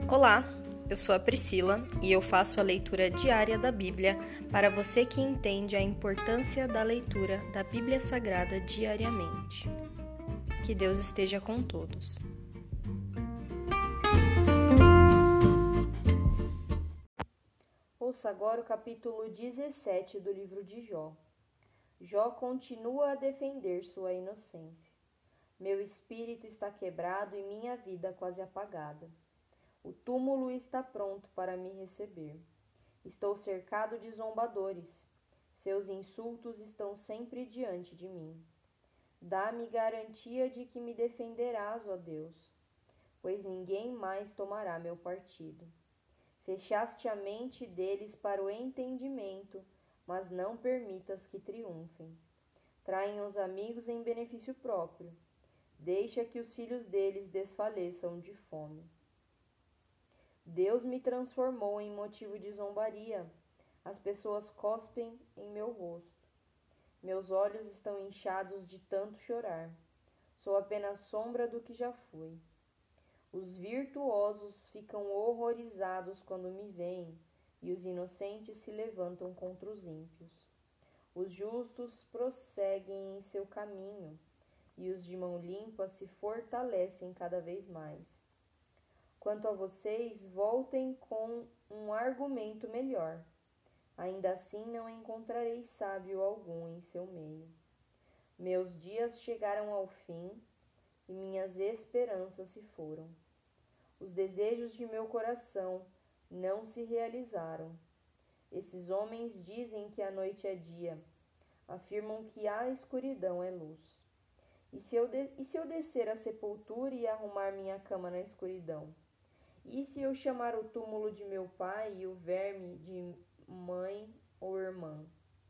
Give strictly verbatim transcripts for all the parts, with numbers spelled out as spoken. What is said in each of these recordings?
Olá, eu sou a Priscila e eu faço a leitura diária da Bíblia para você que entende a importância da leitura da Bíblia Sagrada diariamente. Que Deus esteja com todos. Ouça agora o capítulo dezessete do livro de Jó. Jó continua a defender sua inocência. Meu espírito está quebrado e minha vida quase apagada. O túmulo está pronto para me receber. Estou cercado de zombadores. Seus insultos estão sempre diante de mim. Dá-me garantia de que me defenderás, ó Deus, pois ninguém mais tomará meu partido. Fechaste a mente deles para o entendimento, mas não permitas que triunfem. Traem os amigos em benefício próprio. Deixa que os filhos deles desfaleçam de fome. Deus me transformou em motivo de zombaria. As pessoas cospem em meu rosto. Meus olhos estão inchados de tanto chorar. Sou apenas sombra do que já fui. Os virtuosos ficam horrorizados quando me veem, e os inocentes se levantam contra os ímpios. Os justos prosseguem em seu caminho, e os de mão limpa se fortalecem cada vez mais. Quanto a vocês, voltem com um argumento melhor. Ainda assim não encontrarei sábio algum em seu meio. Meus dias chegaram ao fim e minhas esperanças se foram. Os desejos de meu coração não se realizaram. Esses homens dizem que a noite é dia, afirmam que a escuridão é luz. E se eu, de- e se eu descer à sepultura e arrumar minha cama na escuridão? E se eu chamar o túmulo de meu pai e o verme de mãe ou irmã?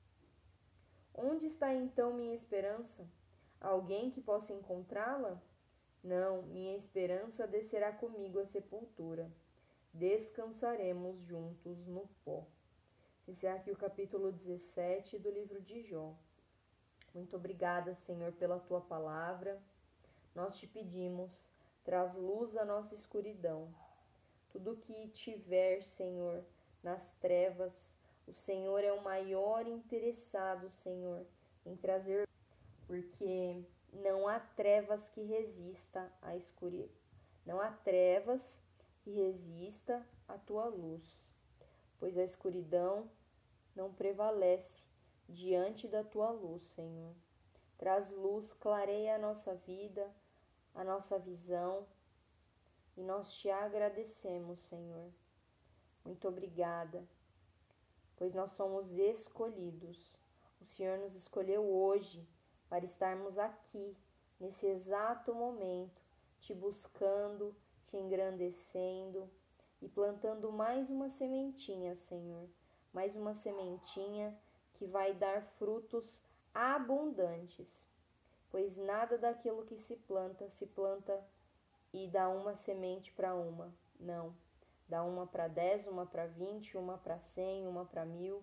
Onde está então minha esperança? Alguém que possa encontrá-la? Não, minha esperança descerá comigo à sepultura. Descansaremos juntos no pó. Esse é aqui o capítulo dezessete do livro de Jó. Muito obrigada, Senhor, pela tua palavra. Nós te pedimos, traz luz à nossa escuridão. Tudo que tiver, Senhor, nas trevas, o Senhor é o maior interessado, Senhor, em trazer, porque não há trevas que resista à escuridão. Não há trevas que resista à tua luz, pois a escuridão não prevalece diante da tua luz, Senhor. Traz luz, clareia a nossa vida, a nossa visão, e nós te agradecemos, Senhor. Muito obrigada, pois nós somos escolhidos. O Senhor nos escolheu hoje para estarmos aqui, nesse exato momento, te buscando, te engrandecendo e plantando mais uma sementinha, Senhor. Mais uma sementinha que vai dar frutos abundantes, pois nada daquilo que se planta, se planta e dá uma semente para uma. Não, dá uma para dez, uma para vinte, uma para cem, uma para mil,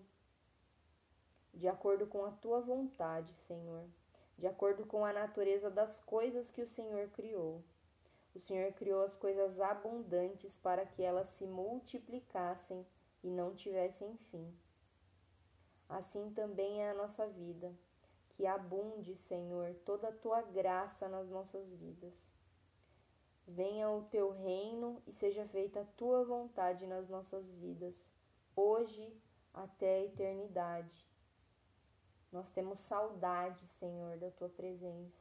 de acordo com a tua vontade, Senhor, de acordo com a natureza das coisas que o Senhor criou. O Senhor criou as coisas abundantes para que elas se multiplicassem e não tivessem fim. Assim também é a nossa vida, que abunde, Senhor, toda a tua graça nas nossas vidas. Venha o teu reino e seja feita a tua vontade nas nossas vidas, hoje até a eternidade. Nós temos saudade, Senhor, da tua presença.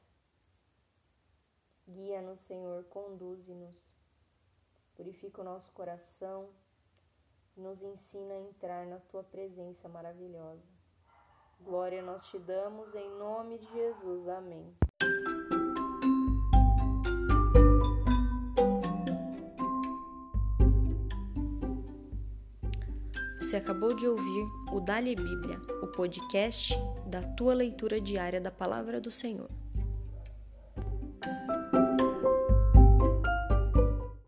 Guia-nos, Senhor, conduze-nos, purifica o nosso coração e nos ensina a entrar na tua presença maravilhosa. Glória nós te damos em nome de Jesus. Amém. Você acabou de ouvir o Dali Bíblia, o podcast da tua leitura diária da Palavra do Senhor.